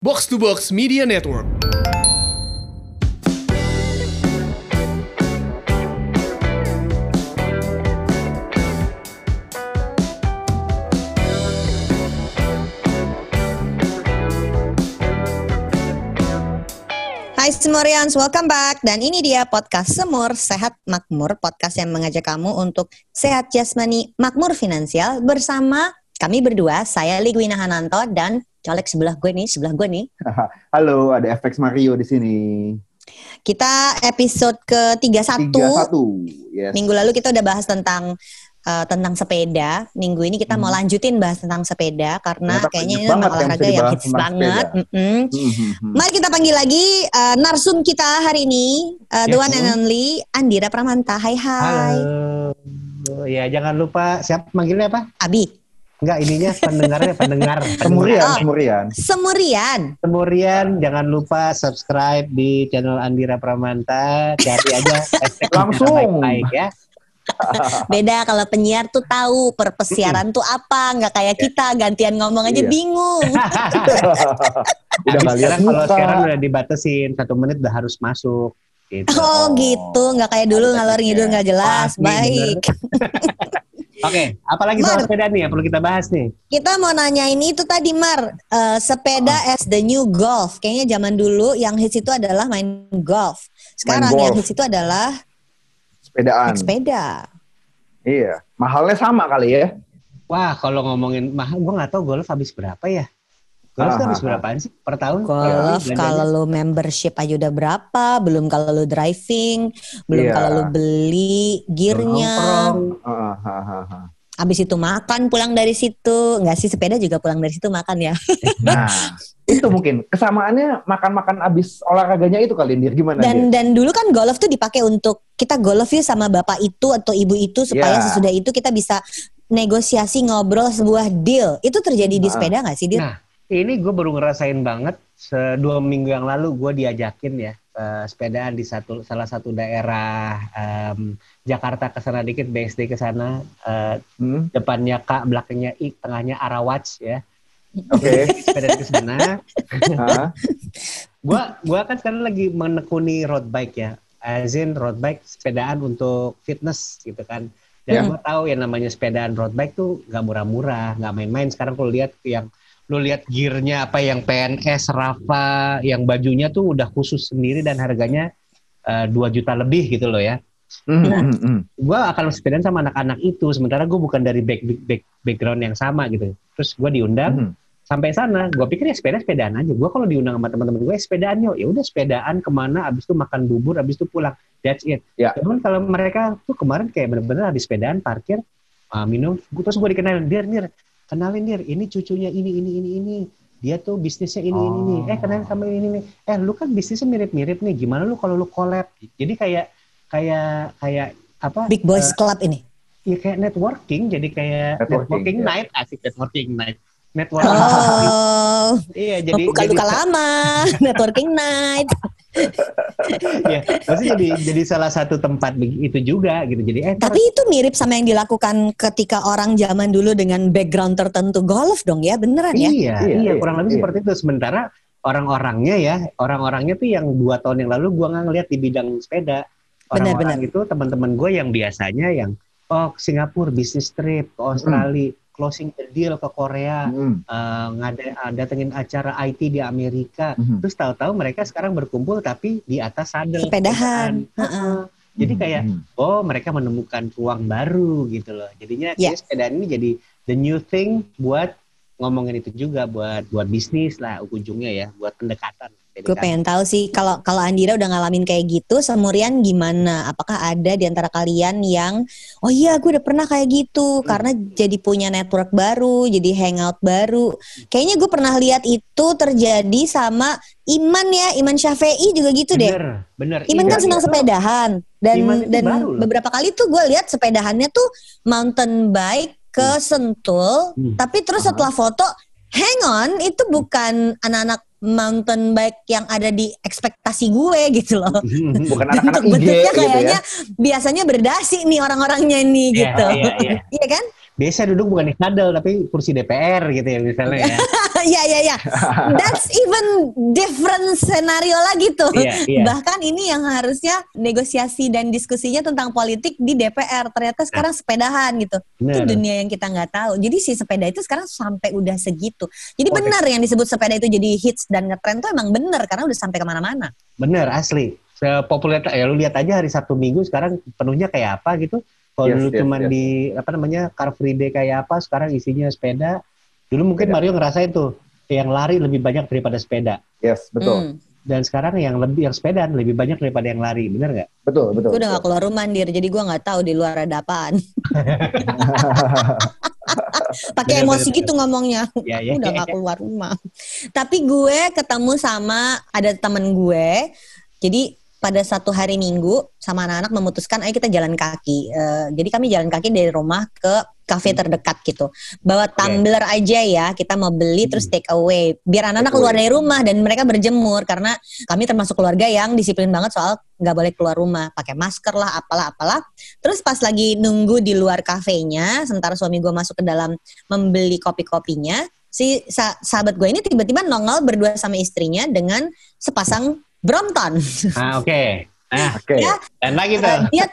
Box to Box Media Network. Hai Semurians, welcome back. Dan ini dia podcast Semur Sehat Makmur, podcast yang mengajak kamu untuk sehat jasmani, makmur finansial bersama kami berdua, saya Ligwina Hananto dan colek sebelah gue nih. Halo, ada FX Mario di sini. Kita episode ke-31. 31, yes. Minggu lalu kita udah bahas tentang sepeda. Minggu ini kita mau lanjutin bahas tentang sepeda karena kayaknya ini olahraga yang hits banget. Mari kita panggil lagi narsum kita hari ini, the one and only Andira Pramanta. Hai. Halo. Ya jangan lupa, siapa manggilnya apa? Abi. Enggak, ininya pendengar. Semurian, jangan lupa subscribe di channel Andira Pramanta. Cari aja langsung baik-baik ya. Beda kalau penyiar tuh tahu perpesiaran tuh apa, nggak kayak kita gantian ngomong aja bingung. Sekarang udah dibatasin 1 menit udah harus masuk. Gitu. Oh gitu, nggak kayak dulu ngalor ngidul nggak jelas. Baik. Oke, apalagi soal sepeda nih yang perlu kita bahas nih? Kita mau nanyain itu tadi Mar, sepeda as the new golf. Kayaknya zaman dulu yang hits itu adalah main golf. Sekarang yang hits itu adalah sepeda. Iya, mahalnya sama kali ya. Wah, kalau ngomongin mahal, gue nggak tahu golf habis berapa ya. Golf habis berapaan sih per tahun? Golf kalau lo membership aja udah berapa, belum kalau lo driving, belum kalau lo beli gearnya. Abis itu makan pulang dari situ. Enggak sih, sepeda juga pulang dari situ makan ya. Nah, itu mungkin kesamaannya makan-makan abis olahraganya itu kali Dir. Gimana dan dulu kan golf tuh dipakai untuk kita golf yuk sama bapak itu atau ibu itu supaya sesudah itu kita bisa negosiasi ngobrol sebuah deal. Itu terjadi di sepeda nggak sih Dir? Nah, ini gue baru ngerasain banget 2 minggu yang lalu gue diajakin ya sepedaan di salah satu daerah Jakarta ke sana dikit, BSD ke sana, depannya K, belakangnya I, tengahnya Arawats ya. Oke. Sepeda ke sana. Gua kan sekarang lagi menekuni road bike ya. Azin road bike, sepedaan untuk fitness gitu kan. Dan gue tahu yang namanya sepedaan road bike tuh nggak murah-murah, nggak main-main. Sekarang kalau lihat lu lihat gearnya apa yang PNS, Rafa, yang bajunya tuh udah khusus sendiri dan harganya 2 juta lebih gitu loh ya. Gue akan sepedaan sama anak-anak itu, sementara gue bukan dari background yang sama gitu. Terus gue diundang sampai sana, gue pikir ya sepedaan aja. Gue kalau diundang sama teman-teman gue sepedaan yuk, ya udah sepedaan kemana, abis itu makan bubur, abis itu pulang, that's it. Cuman kalau mereka tuh kemarin kayak bener-bener habis sepedaan parkir, minum, terus gue dikenalin, kenalin Dir, ini cucunya ini. Dia tuh bisnisnya ini. Kenalin sama ini. Lu kan bisnisnya mirip-mirip nih. Gimana lu kalau lu collab? Jadi kayak apa? Big Boys Club ini. Iya kayak networking. Jadi kayak networking night. Asik networking night. Iya, jadi luka lama. Networking night. Ya, maksudnya jadi salah satu tempat itu juga gitu. Jadi tapi itu mirip sama yang dilakukan ketika orang zaman dulu dengan background tertentu golf dong ya, beneran ya? Iya, kurang lebih seperti itu. Sementara orang-orangnya tuh yang 2 tahun yang lalu gua nggak ngeliat di bidang sepeda. Orang-orang itu teman-teman gue yang biasanya yang Singapura bisnis trip ke Australia, closing the deal ke Korea, datengin acara IT di Amerika, terus tahu-tahu mereka sekarang berkumpul tapi di atas sadel sepedahan. Jadi kayak mereka menemukan ruang baru gitu loh. Jadinya sepedaan ini jadi the new thing buat ngomongin itu juga, buat bisnis lah ujungnya ya, buat pendekatan. Gue pengen tahu sih kalau Andira udah ngalamin kayak gitu, Semurian gimana? Apakah ada di antara kalian yang gue udah pernah kayak gitu karena jadi punya network baru, jadi hangout baru. Kayaknya gue pernah lihat itu terjadi sama Iman Syafei juga gitu deh. Bener. Iman kan senang sepedahan dan beberapa kali tuh gue lihat sepedahannya tuh mountain bike ke Sentul, tapi terus setelah foto, hang on, itu bukan anak-anak mountain bike yang ada di ekspektasi gue gitu loh. Bukan anak-anak IG bentuknya gitu kayaknya ya. biasanya berdasi nih orang-orangnya nih gitu. Iya kan? Biasa duduk bukan di sadel tapi kursi DPR gitu ya misalnya ya. Ya. That's even different scenario lagi tuh. Iya. Bahkan ini yang harusnya negosiasi dan diskusinya tentang politik di DPR. Ternyata sekarang sepedahan gitu. Itu Bener. dunia yang kita nggak tahu. Jadi si sepeda itu sekarang sampai udah segitu. Jadi benar yang disebut sepeda itu jadi hits dan ngetren tuh emang benar karena udah sampai kemana-mana. Bener, asli. Sepopuler ya lu lihat aja hari Sabtu Minggu sekarang penuhnya kayak apa gitu. Kalau dulu cuman di Car Free Day kayak apa, sekarang isinya sepeda. Dulu mungkin Mario ngerasain tuh yang lari lebih banyak daripada sepeda. Yes, betul. Dan sekarang yang sepedaan lebih banyak daripada yang lari, bener nggak? Betul. Gue udah gak keluar rumah, Dir. Jadi gue gak tahu di luar ada apaan. Pakai emosi gitu ngomongnya. Udah gak keluar rumah. Tapi gue ketemu sama ada temen gue. Jadi pada satu hari Minggu sama anak-anak memutuskan ayo kita jalan kaki. Jadi kami jalan kaki dari rumah ke kafe terdekat gitu. Bawa tumbler aja ya, kita mau beli terus take away. Biar anak-anak keluar dari rumah dan mereka berjemur. Karena kami termasuk keluarga yang disiplin banget soal gak boleh keluar rumah. Pakai masker lah, apalah. Terus pas lagi nunggu di luar kafenya, sementara suami gue masuk ke dalam membeli kopi-kopinya, si sahabat gue ini tiba-tiba nongol berdua sama istrinya dengan sepasang Brompton. Oke. Ya, dan lagi tuh. Dia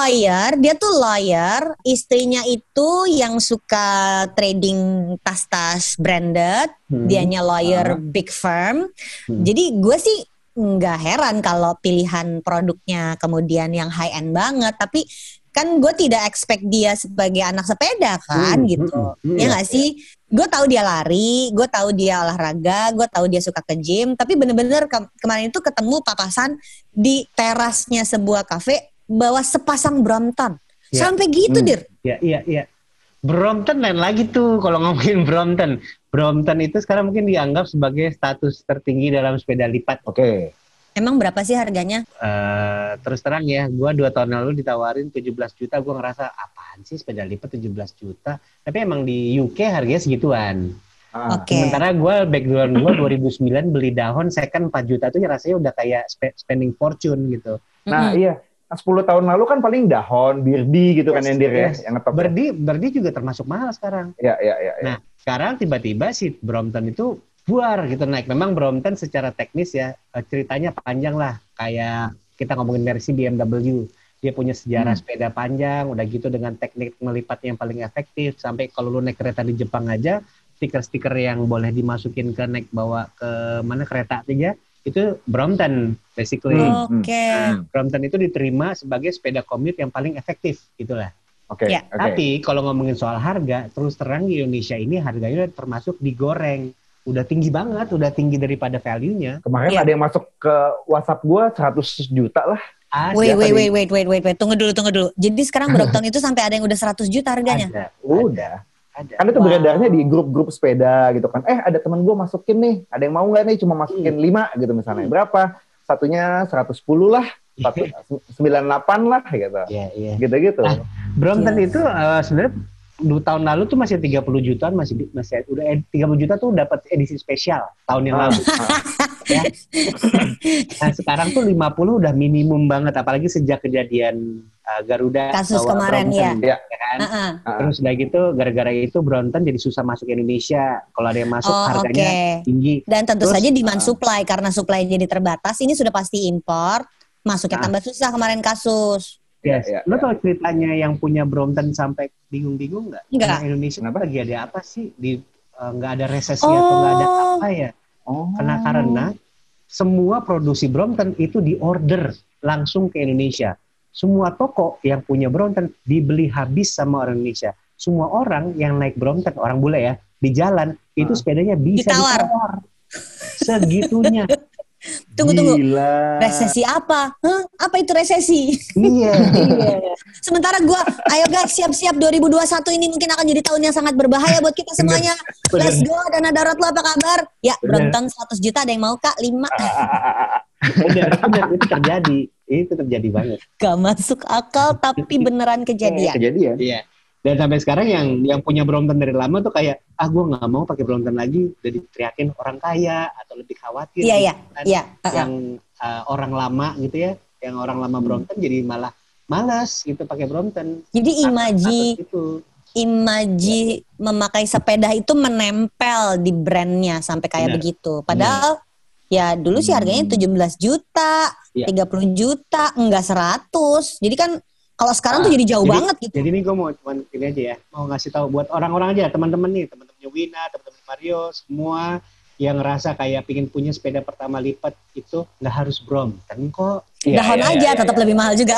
tuh lawyer, istrinya itu yang suka trading tas-tas branded, dianya lawyer big firm. Jadi gue sih nggak heran kalau pilihan produknya kemudian yang high end banget, tapi kan gue tidak expect dia sebagai anak sepeda kan gitu. Ya nggak sih? Gue tahu dia lari, gue tahu dia olahraga, gue tahu dia suka ke gym, tapi bener-bener kemarin itu ketemu papasan di terasnya sebuah kafe bawa sepasang Brompton. Sampai gitu, Dir. Iya. Brompton lain lagi tuh kalau ngomongin Brompton. Brompton itu sekarang mungkin dianggap sebagai status tertinggi dalam sepeda lipat. Oke. Emang berapa sih harganya? Terus terang ya, gue 2 tahun lalu ditawarin 17 juta, gue ngerasa apaan sih sepeda lipat 17 juta. Tapi emang di UK harganya segituan. Sementara gue background gue 2009 beli dahon second 4 juta tuh rasanya udah kayak spending fortune gitu. Nah iya, 10 tahun lalu kan paling dahon, Birdi gitu kan Endir ya, yang ngetop. Birdi juga termasuk mahal sekarang. Iya. Nah sekarang tiba-tiba si Brompton itu buar gitu naik. Memang Brompton secara teknis ya ceritanya panjang lah. Kayak kita ngomongin Mercy BMW. Dia punya sejarah sepeda panjang, udah gitu dengan teknik melipatnya yang paling efektif. Sampai kalau lu naik kereta di Jepang aja, stiker-stiker yang boleh dimasukin ke naik bawa ke mana kereta aja, itu Brompton basically. Brompton itu diterima sebagai sepeda commute yang paling efektif gitulah. Tapi kalau ngomongin soal harga, terus terang di Indonesia ini harganya termasuk digoreng. Udah tinggi banget, udah tinggi daripada value-nya. Kemarin ada yang masuk ke WhatsApp gue 100 juta lah. Wait, tunggu dulu. Jadi sekarang Brompton itu sampai ada yang udah 100 juta harganya? Udah. Kan itu beredarnya di grup-grup sepeda gitu kan. Ada teman gue masukin nih, ada yang mau nggak nih cuma masukin 5 gitu misalnya. Berapa? Satunya 110 lah, 98 lah gitu. Gitu-gitu. Nah, Brompton itu sebenarnya 2 tahun lalu tuh masih 30 jutaan, masih udah 30 juta tuh dapat edisi spesial tahun yang lalu. Ya. Nah, sekarang tuh 50 udah minimum banget, apalagi sejak kejadian Garuda kasus kemarin Brompton, ya kan? Terus udah gitu gara-gara itu Brompton jadi susah masuk Indonesia. Kalau ada yang masuk harganya tinggi. Dan tentu saja demand supply, karena supply jadi terbatas, ini sudah pasti impor, masuknya tambah susah kemarin kasus. Lo tau ceritanya yang punya Brompton sampai bingung-bingung nggak? Nggak. Nah, Indonesia lagi ada apa sih? Nggak ada resesi atau nggak ada apa ya? Karena semua produksi Brompton itu diorder langsung ke Indonesia. Semua toko yang punya Brompton dibeli habis sama orang Indonesia. Semua orang yang naik Brompton, orang bule ya, di jalan itu sepedanya bisa ditawar. Segitunya. Tunggu. Resesi apa? Apa itu resesi? Iya. Sementara ayo guys, siap-siap 2021 ini mungkin akan jadi tahun yang sangat berbahaya buat kita semuanya. Let's go, Dana Darurat lo apa kabar? Ya, Brompton 100 juta ada yang mau Kak? 5. Benar, itu terjadi banget. Gak masuk akal tapi beneran kejadian. Iya. Dan sampai sekarang yang punya Brompton dari lama tuh kayak gue nggak mau pakai Brompton lagi, udah diteriakin orang kaya atau lebih khawatir. Yang orang lama gitu ya, yang orang lama Brompton jadi malah malas gitu pakai Brompton. Jadi imaji memakai sepeda itu menempel di brandnya sampai kayak begitu. Padahal ya dulu sih harganya 17 juta, 30 juta, enggak 100. Jadi kan kalau sekarang tuh jadi jauh banget gitu. Jadi ini gue mau cuman ini aja ya, mau ngasih tahu buat orang-orang aja, teman-teman nih, teman-temannya Wina, teman-teman Mario, semua yang ngerasa kayak pingin punya sepeda pertama lipat itu nggak harus Brompton kok. Dahon aja tetap lebih mahal juga.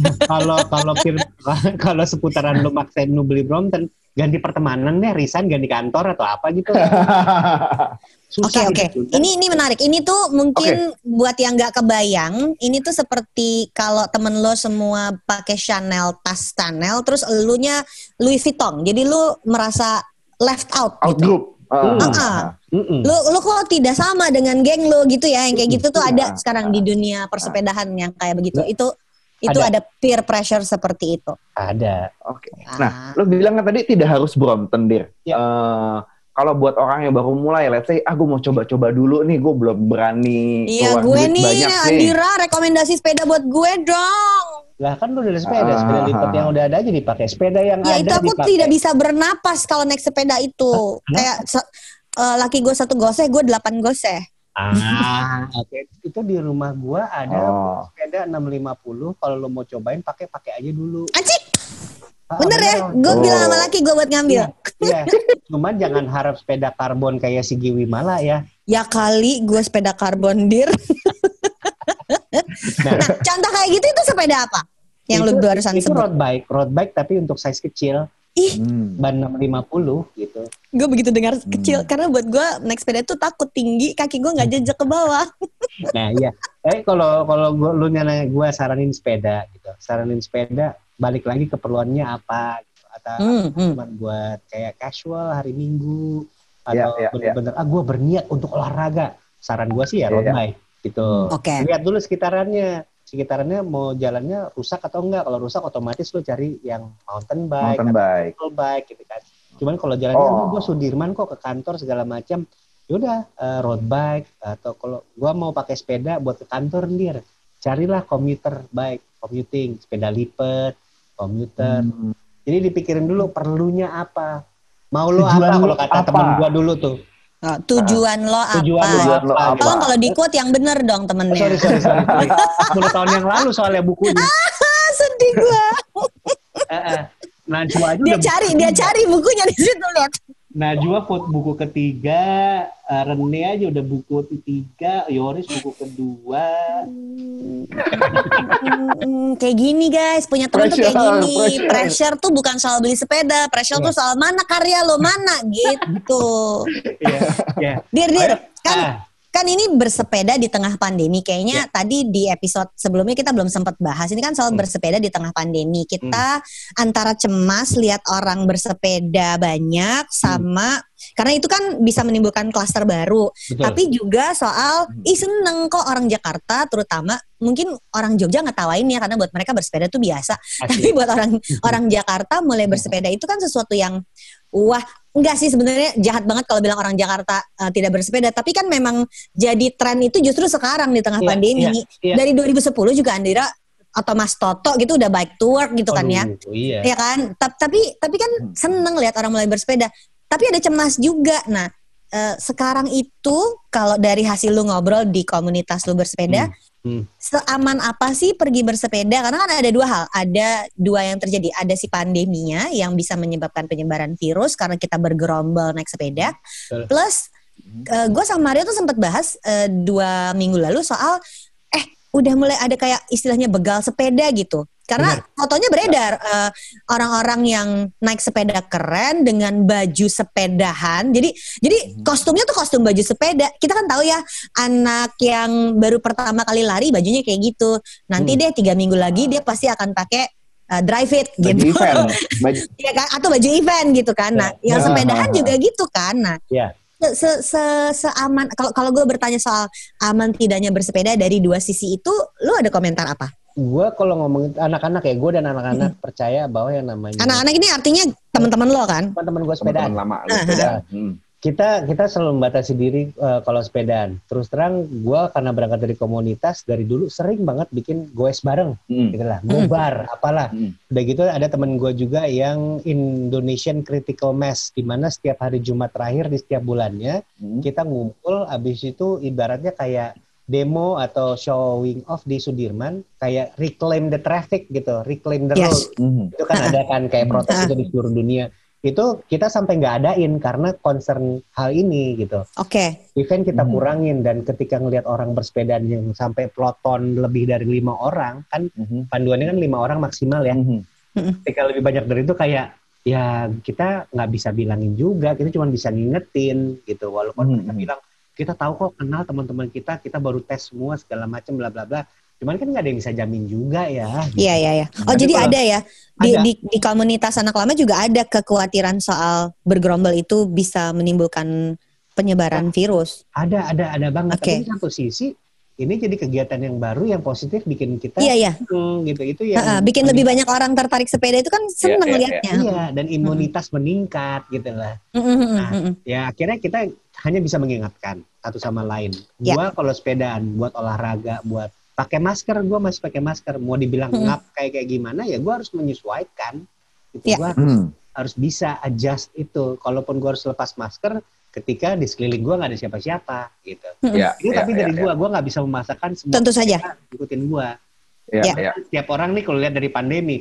Kalau seputaran lu maksain lu beli Brompton, ganti pertemanan deh, resign ganti kantor atau apa gitu. Susah. Oke. Ini menarik. Ini tuh mungkin buat yang nggak kebayang, ini tuh seperti kalau temen lo semua pakai Chanel, tas Chanel, terus elunya Louis Vuitton. Jadi lu merasa left out gitu. Lu kok tidak sama dengan geng lu gitu ya, yang kayak gitu tuh ada sekarang di dunia persepedahan yang kayak begitu. Itu ada peer pressure seperti itu. Ada. Oke. Nah, lu bilang kan tadi tidak harus Brompton, Dir. Kalau buat orang yang baru mulai, let's say, gue mau coba-coba dulu nih, gue belum berani keluar duit banyak nih. Andira rekomendasi sepeda buat gue dong. Lah kan lu udah ada sepeda lipat yang udah ada aja dipakai. Sepeda yang ada itu aku dipakai. tidak bisa bernapas kalau naik sepeda itu. Kayak laki gue 1 goseh, gue 8 goseh. Oke. Itu di rumah gue ada sepeda 650. Kalau lu mau cobain pakai aja dulu. Acik. Bener ya? Gue bilang sama laki gue buat ngambil. Iya. Cuman jangan harap sepeda karbon kayak si Giwi Mala ya. Ya kali gue sepeda karbon, Dir. Nah, contoh kayak gitu itu sepeda apa? Yang lu barusan sebut? Itu road bike tapi untuk size kecil. Ban 650 gitu. Gue begitu dengar kecil karena buat gue naik sepeda itu takut tinggi, kaki gue nggak jejak ke bawah. Nah iya. Kalau lu nanya gue saranin sepeda gitu. Saranin sepeda balik lagi keperluannya apa gitu. Atau cuma buat kayak casual hari Minggu atau bener-bener gue berniat untuk olahraga. Saran gue sih ya road bike gitu. Lihat dulu sekitarannya mau jalannya rusak atau enggak. Kalau rusak otomatis lo cari yang mountain bike atau bike gitu kan. Cuman kalau jalannya gue Sudirman kok ke kantor segala macam, yaudah road bike. Atau kalau gue mau pakai sepeda buat ke kantor Dir, carilah commuting, sepeda lipat, komuter. Jadi dipikirin dulu perlunya apa, mau lo apa kalau kata teman gue dulu tuh. Tujuan lo apa? Tolong kalau di quote yang bener dong temennya. Sorry. 10 tahun yang lalu soalnya bukunya. Sedih gue. Najwa aja dia cari bukunya di situ, lihat. Najwa buku ketiga, Rene aja udah buku ketiga, Yoris buku kedua. Kayak gini guys, punya teman tuh kayak gini. Pressure tuh bukan soal beli sepeda, pressure tuh soal mana karya lo, mana gitu. Dir, kan ini bersepeda di tengah pandemi. Kayaknya tadi di episode sebelumnya kita belum sempat bahas. Ini kan soal bersepeda di tengah pandemi. Kita antara cemas lihat orang bersepeda banyak sama karena itu kan bisa menimbulkan klaster baru. Betul. Tapi juga soal seneng kok orang Jakarta terutama, mungkin orang Jogja ngetawain ya karena buat mereka bersepeda tuh biasa. Tapi buat orang Jakarta mulai bersepeda itu kan sesuatu yang wah, enggak sih sebenarnya jahat banget kalau bilang orang Jakarta tidak bersepeda. Tapi kan memang jadi tren itu justru sekarang di tengah pandemi. Dari 2010 juga Andira atau Mas Toto gitu udah bike to work gitu kan ya. Ya kan? Tapi kan seneng lihat orang mulai bersepeda. Tapi ada cemas juga. Nah, sekarang itu kalau dari hasil lu ngobrol di komunitas lu bersepeda, seaman apa sih pergi bersepeda? Karena kan ada 2 hal. Ada 2 yang terjadi. Ada si pandeminya yang bisa menyebabkan penyebaran virus karena kita bergerombol naik sepeda. Plus, gue sama Mario tuh sempat bahas 2 minggu lalu soal udah mulai ada kayak istilahnya begal sepeda gitu. Karena fotonya beredar orang-orang yang naik sepeda keren dengan baju sepedahan. Jadi kostumnya tuh kostum baju sepeda. Kita kan tahu ya anak yang baru pertama kali lari bajunya kayak gitu. Nanti deh 3 minggu lagi dia pasti akan pakai drive it gitu. Ya kan? Atau baju event gitu kan. Nah, yang sepedahan juga gitu kan. Nah, seaman kalau gue bertanya soal aman tidaknya bersepeda dari 2 sisi itu, lu ada komentar apa? Gue kalau ngomongin anak-anak ya, gue dan anak-anak percaya bahwa yang namanya anak-anak ini artinya teman-teman lo kan? Teman-teman gue sepedaan. Teman-teman lama sepedaan. Kita selalu membatasi diri kalau sepedaan. Terus terang, gue karena berangkat dari komunitas dari dulu sering banget bikin goes bareng, gitu lah, gobar, apalah. Udah gitu ada temen gue juga yang Indonesian Critical Mass, di mana setiap hari Jumat terakhir di setiap bulannya kita ngumpul, abis itu ibaratnya kayak demo atau showing off di Sudirman, kayak reclaim the traffic gitu, reclaim the road. Itu kan ada kan kayak protes itu di seluruh dunia. Itu kita sampai nggak adain karena concern hal ini gitu. Event kita kurangin, dan ketika ngelihat orang bersepeda yang sampai peloton lebih dari 5 orang kan, panduannya kan 5 orang maksimal ya. Ketika lebih banyak dari itu kayak ya kita nggak bisa bilangin juga, kita cuma bisa ngingetin gitu. Walaupun mereka bilang kita tahu kok, kenal teman-teman kita baru tes semua segala macam bla bla bla. Cuman kan nggak ada yang bisa jamin juga ya. Gitu. Iya. Oh, jadi ada ya di komunitas anak lama juga ada kekhawatiran soal bergerombol itu bisa menimbulkan penyebaran virus. Ada banget. Tapi di satu sisi ini jadi kegiatan yang baru yang positif, bikin kita gitu. Itu ya. Bikin lebih banyak orang tertarik sepeda itu kan seneng liatnya. Iya, dan imunitas meningkat gitu lah. Ya akhirnya kita hanya bisa mengingatkan satu sama lain. Gua kalau sepedaan buat olahraga, buat pakai masker, gue masih pakai masker. Mau dibilang ngap kayak gimana ya, gue harus menyesuaikan. Gitu. Gue harus bisa adjust itu. Kalaupun gue harus lepas masker, ketika di sekeliling gue nggak ada siapa-siapa, gitu. Tapi dari gue nggak bisa memaksakan semua. Tentu saja. Ikutin gue. Setiap orang nih kalau lihat dari pandemi,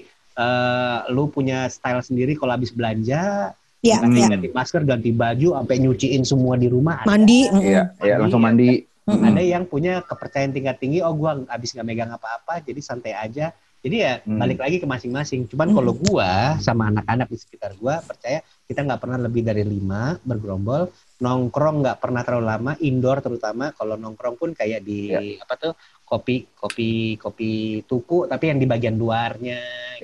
lu punya style sendiri kalau habis belanja. Ganti masker, ganti baju, sampai nyuciin semua di rumah. Mandi. Langsung mandi. Ada yang punya kepercayaan tingkat tinggi, gue abis nggak megang apa-apa, jadi santai aja. Jadi ya balik lagi ke masing-masing. Cuman kalau gue sama anak-anak di sekitar gue percaya kita nggak pernah lebih dari 5 bergerombol, nongkrong nggak pernah terlalu lama, indoor terutama. Kalau nongkrong pun kayak di kopi tuku, tapi yang di bagian luarnya.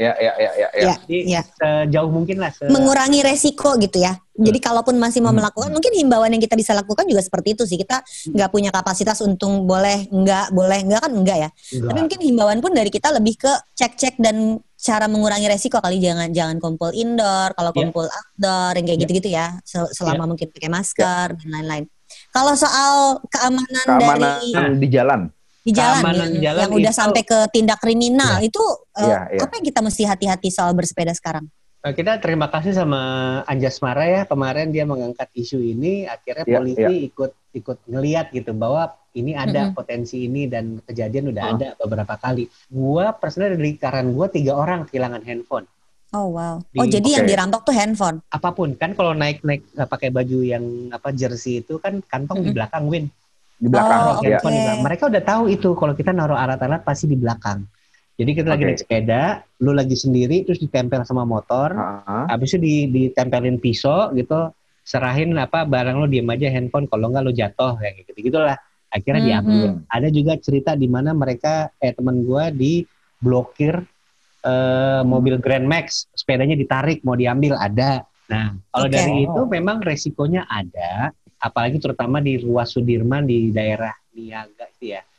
Jadi sejauh mungkin lah. Mengurangi resiko gitu ya. Jadi kalaupun masih mau melakukan, mungkin himbauan yang kita bisa lakukan juga seperti itu sih. Kita nggak punya kapasitas untuk boleh enggak kan enggak ya. Tapi mungkin himbauan pun dari kita lebih ke cek-cek dan cara mengurangi resiko kali. Jangan kumpul indoor, kalau kumpul outdoor yang kayak gitu-gitu ya. Selama mungkin pakai masker dan lain-lain. Kalau soal keamanan dari di jalan. Yang udah sampai ke tindak kriminal itu apa yang kita mesti hati-hati soal bersepeda sekarang? Kita terima kasih sama Anjasmara ya, kemarin dia mengangkat isu ini, akhirnya polisi ikut ngelihat gitu bahwa ini ada potensi ini, dan kejadian udah ada beberapa kali. Gua personal dari lingkaran gua 3 orang kehilangan handphone. Oh wow. Jadi yang dirampok tuh handphone. Apapun kan, kalau naik pakai baju yang jersey itu kan kantong di belakang, Win. Di belakang. Handphone di belakang. Mereka udah tahu itu kalau kita naruh alat-alat pasti di belakang. Jadi kita lagi naik sepeda, lu lagi sendiri terus ditempel sama motor, habis itu ditempelin pisau gitu, serahin barang lu, diem aja handphone, kalau enggak lu jatuh kayak gitu-gitulah. Akhirnya diambil. Ada juga cerita di mana mereka teman gua diblokir mobil Grand Max, sepedanya ditarik mau diambil, ada. Nah, kalau dari itu memang resikonya ada, apalagi terutama di ruas Sudirman di daerah Niaga itu ya.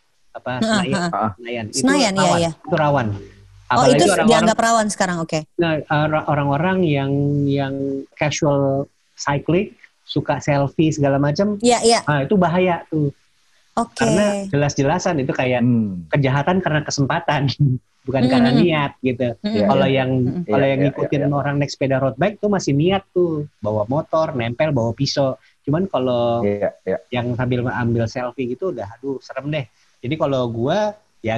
Senayan itu rawan. Apalagi itu dianggap rawan sekarang, Nah, orang-orang yang casual cycling, suka selfie segala macam, nah, itu bahaya tuh. Karena jelas-jelasan itu kayak kejahatan karena kesempatan, bukan karena niat gitu. Kalau yang ngikutin orang naik sepeda road bike tuh masih niat tuh, bawa motor, nempel, bawa pisau. Cuman kalau yang sambil ambil selfie gitu udah serem deh. Jadi kalau gue ya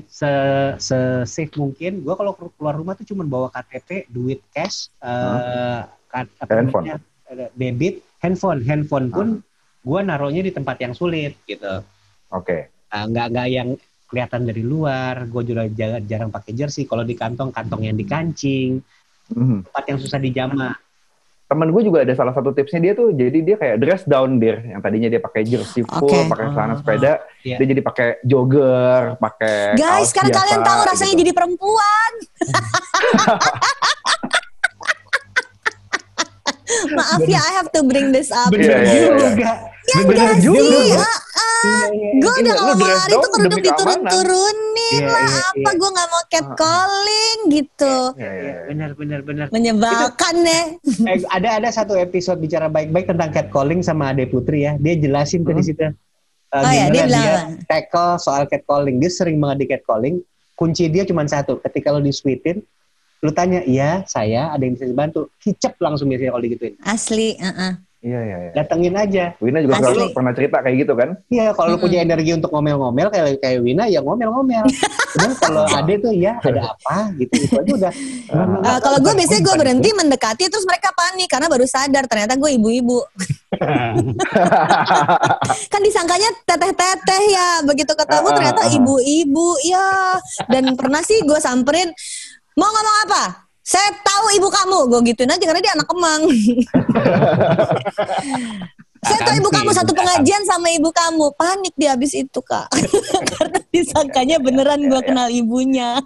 safe mungkin. Gue kalau keluar rumah tuh cuma bawa KTP, duit cash, handphone, debit, handphone pun gue naruhnya di tempat yang sulit gitu. Nggak yang kelihatan dari luar. Gue juga jarang pakai jersey. Kalau di kantong yang dikancing, tempat yang susah dijamah. Temen gue juga ada salah satu tipsnya, dia tuh jadi dia kayak dress down yang tadinya dia pakai jersey full, pakai celana sepeda, dia jadi pakai jogger, pakai guys, kan kalian tahu rasanya jadi perempuan. Maaf ya, I have to bring this up. Bener juga. Gue udah ngomong hari itu kerudung diturun-turunin. gituin lah apa gue nggak mau catcalling gitu. Benar. Menyebalkan deh. Ada satu episode bicara baik-baik tentang catcalling sama Ade Putri ya. Dia jelasin tuh di situ. Ya, dia bilang tackle soal catcalling. Dia sering banget di catcalling. Kunci dia cuma satu. Ketika lo di-sweetin, lu tanya, iya saya ada yang bisa dibantu. Kicep langsung biasanya kalau digituin. Asli. Iya. Datengin aja. Wina juga selalu pernah cerita kayak gitu kan? Iya, kalau lu punya energi untuk ngomel-ngomel kayak Wina ya ngomel-ngomel. Cuman kalau Ade tuh ya ada apa gitu itu aja udah. Kalau gue biasanya gue berhenti mendekati terus mereka panik karena baru sadar ternyata gue ibu-ibu. Kan disangkanya teteh-teteh ya, begitu ketemu ternyata ibu-ibu ya. Dan pernah sih gue samperin, mau ngomong apa? Saya tahu ibu kamu, gue gituin aja karena dia anak Kemang. Saya tahu ibu kamu, satu pengajian sama ibu kamu. Panik dia habis itu, Kak. Karena disangkanya beneran gue kenal ibunya.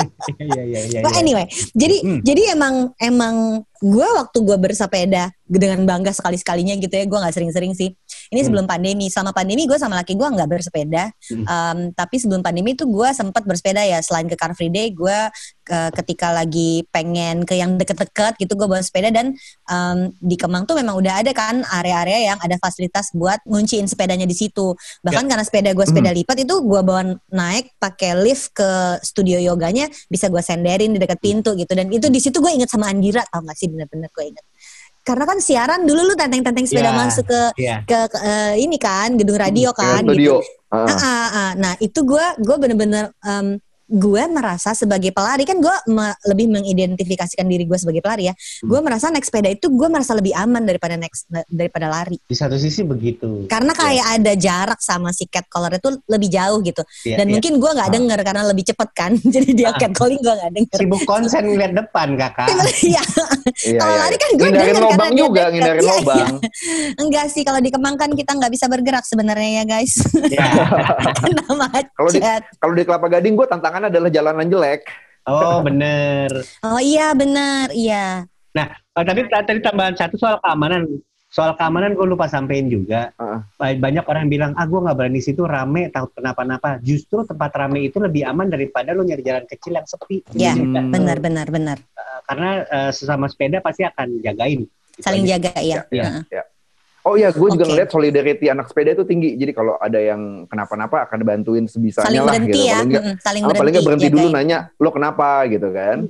But anyway, jadi emang gue waktu gue bersepeda dengan bangga sekali-sekalinya gitu ya, gue gak sering-sering sih. Ini sebelum pandemi. Selama pandemi gue sama laki gue gak bersepeda. Tapi sebelum pandemi itu gue sempat bersepeda ya. Selain ke Car Free Day, gue ketika lagi pengen ke yang deket-deket gitu, gue bawa sepeda. Dan di Kemang tuh memang udah ada kan area-area yang ada fasilitas buat ngunciin sepedanya di situ. Bahkan karena sepeda gue sepeda lipat itu gue bawa naik pakai lift ke studio yoganya, bisa gue senderin di dekat pintu gitu. Dan itu di situ gue inget sama Andira, tau gak sih, bener-bener gue inget. Karena kan siaran dulu lu tenteng-tenteng sepeda masuk ke ini kan gedung radio kan studio. Gitu. Nah itu gue bener-bener gue merasa sebagai pelari kan gue lebih mengidentifikasikan diri gue sebagai pelari ya. Gue merasa naik sepeda itu gue merasa lebih aman daripada lari. Di satu sisi begitu. Karena kayak ada jarak sama si catcaller itu lebih jauh gitu. Dan mungkin gue nggak denger karena lebih cepet kan. Jadi dia catcalling gue nggak denger. Sibuk konsen ngeliat depan kakak. Iya. Kalau lari kan gue ngindarin denger lobang juga, ngindarin lobang. Enggak sih, kalau di Kemang kan kita nggak bisa bergerak sebenarnya ya guys. Kena macet. Kalau di Kelapa Gading gue tantangannya adalah jalanan jelek. Oh bener. Oh iya bener, iya. Nah tapi tadi tambahan satu soal keamanan. Soal keamanan gue lupa sampein juga. Banyak orang bilang, gue gak berani situ rame, takut kenapa-napa. Justru tempat rame itu lebih aman daripada lo nyari jalan kecil yang sepi. Iya, benar. Karena sesama sepeda pasti akan jagain. Saling jaga ya. Oh iya, gue juga ngeliat solidarity anak sepeda itu tinggi. Jadi kalau ada yang kenapa-napa akan dibantuin sebisanya saling lah berhenti gitu. Ya. Paling nggak berhenti dulu nanya, lo kenapa gitu kan.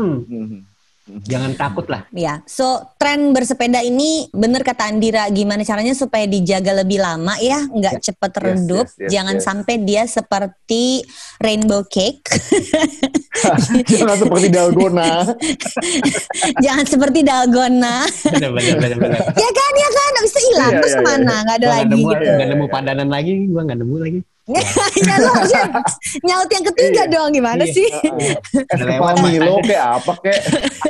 Jangan takut lah. Ya, so tren bersepeda ini bener kata Andira, gimana caranya supaya dijaga lebih lama ya, nggak cepat redup. Jangan sampai dia seperti rainbow cake. Jangan seperti dalgona. Jangan seperti dalgona. Bener. Ya kan, habis itu hilang terus kemana? Nggak ada lagi gitu. Nggak nemu padanan lagi, gue nggak nemu lagi. Ya lo harusnya nyaut yang ketiga dong, gimana sih? Lewat Milo kayak apa kayak?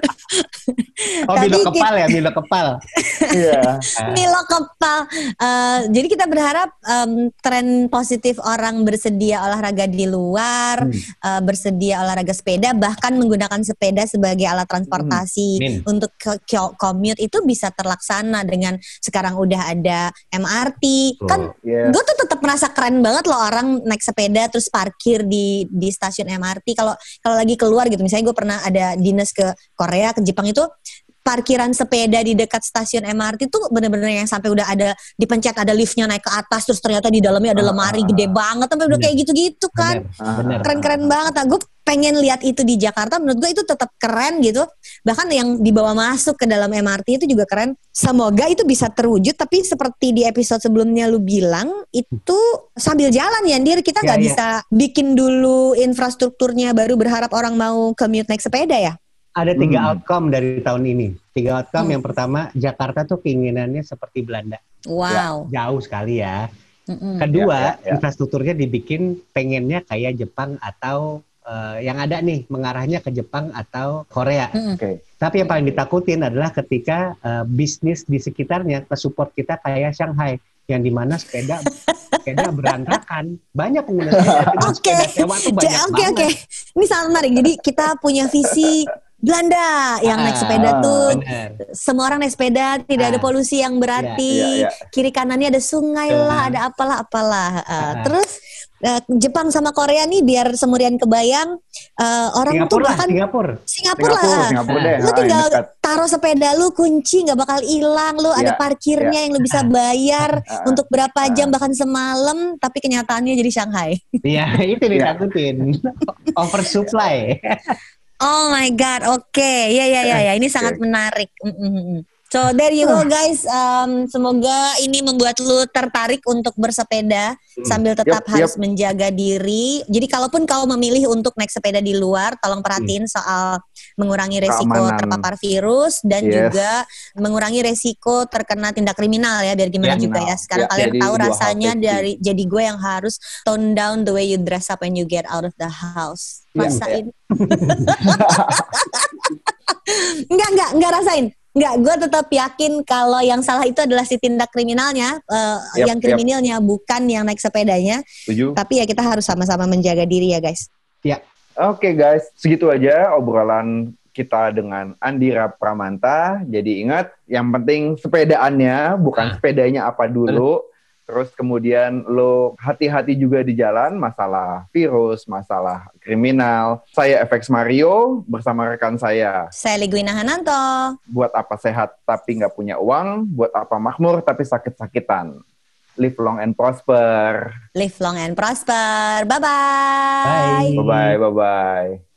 Oh Milo kepal ya, Milo kepal. Iya. Milo kepal. Jadi kita berharap tren positif orang bersedia olahraga di luar, bersedia olahraga sepeda, bahkan menggunakan sepeda sebagai alat transportasi untuk commute itu bisa terlaksana dengan sekarang udah ada MRT. Kan gue tuh tetap merasa keren banget loh orang naik sepeda terus parkir di stasiun MRT. Kalau lagi keluar gitu, misalnya gue pernah ada dinas ke Korea, ke Jepang itu parkiran sepeda di dekat stasiun MRT tuh bener-bener yang sampai udah ada dipencet ada liftnya naik ke atas terus ternyata di dalamnya ada lemari gede banget sampai udah kayak gitu-gitu kan. Keren-keren banget. Gue pengen lihat itu di Jakarta, menurut gue itu tetap keren gitu. Bahkan yang dibawa masuk ke dalam MRT itu juga keren. Semoga itu bisa terwujud, tapi seperti di episode sebelumnya lu bilang itu sambil jalan ya Dir, kita nggak bisa bikin dulu infrastrukturnya baru berharap orang mau commute naik sepeda ya. Ada 3 outcome dari tahun ini. 3 outcome. Yang pertama, Jakarta tuh keinginannya seperti Belanda. Wow. Jauh sekali ya. Kedua, infrastrukturnya dibikin pengennya kayak Jepang atau yang ada nih mengarahnya ke Jepang atau Korea. Tapi yang paling ditakutin adalah ketika bisnis di sekitarnya ke support kita kayak Shanghai, yang dimana sepeda berantakan, banyak pengguna sepeda sewa tuh banyak banget. Oke. Ini sangat menarik. Jadi kita punya visi Belanda yang naik sepeda tuh semua orang naik sepeda, tidak ada polusi yang berarti, kiri kanannya ada sungai lah, ada apalah. Terus Jepang sama Korea nih biar semurian kebayang orang tuh bahkan Singapura lah. Singapura deh. Lu tinggal taruh sepeda lu kunci nggak bakal hilang, lu ada parkirnya yang lu bisa bayar untuk berapa jam bahkan semalam, tapi kenyataannya jadi Shanghai. Iya, itu ditakutin. Oversupply. Oh my god, oke. Ya. Ini sangat menarik. So there you go guys, semoga ini membuat lu tertarik untuk bersepeda sambil tetap harus menjaga diri. Jadi kalaupun kau memilih untuk naik sepeda di luar, tolong perhatiin soal mengurangi resiko terpapar virus dan juga mengurangi resiko terkena tindak kriminal ya, biar gimana juga ya. Sekarang kalian tahu rasanya jadi gue yang harus tone down the way you dress up when you get out of the house. Rasain? Enggak rasain. Enggak, gue tetap yakin kalau yang salah itu adalah si tindak kriminalnya, yang kriminalnya bukan yang naik sepedanya. Setuju. Tapi ya kita harus sama-sama menjaga diri ya guys. Ya. Oke guys, segitu aja obrolan kita dengan Andira Pramanta. Jadi ingat, yang penting sepedaannya, bukan sepedanya apa dulu. Terus kemudian lo hati-hati juga di jalan, masalah virus, masalah kriminal. Saya FX Mario bersama rekan saya. Saya Liguina Hananto. Buat apa sehat tapi nggak punya uang, buat apa makmur tapi sakit-sakitan. Live long and prosper. Live long and prosper. Bye-bye. Bye-bye.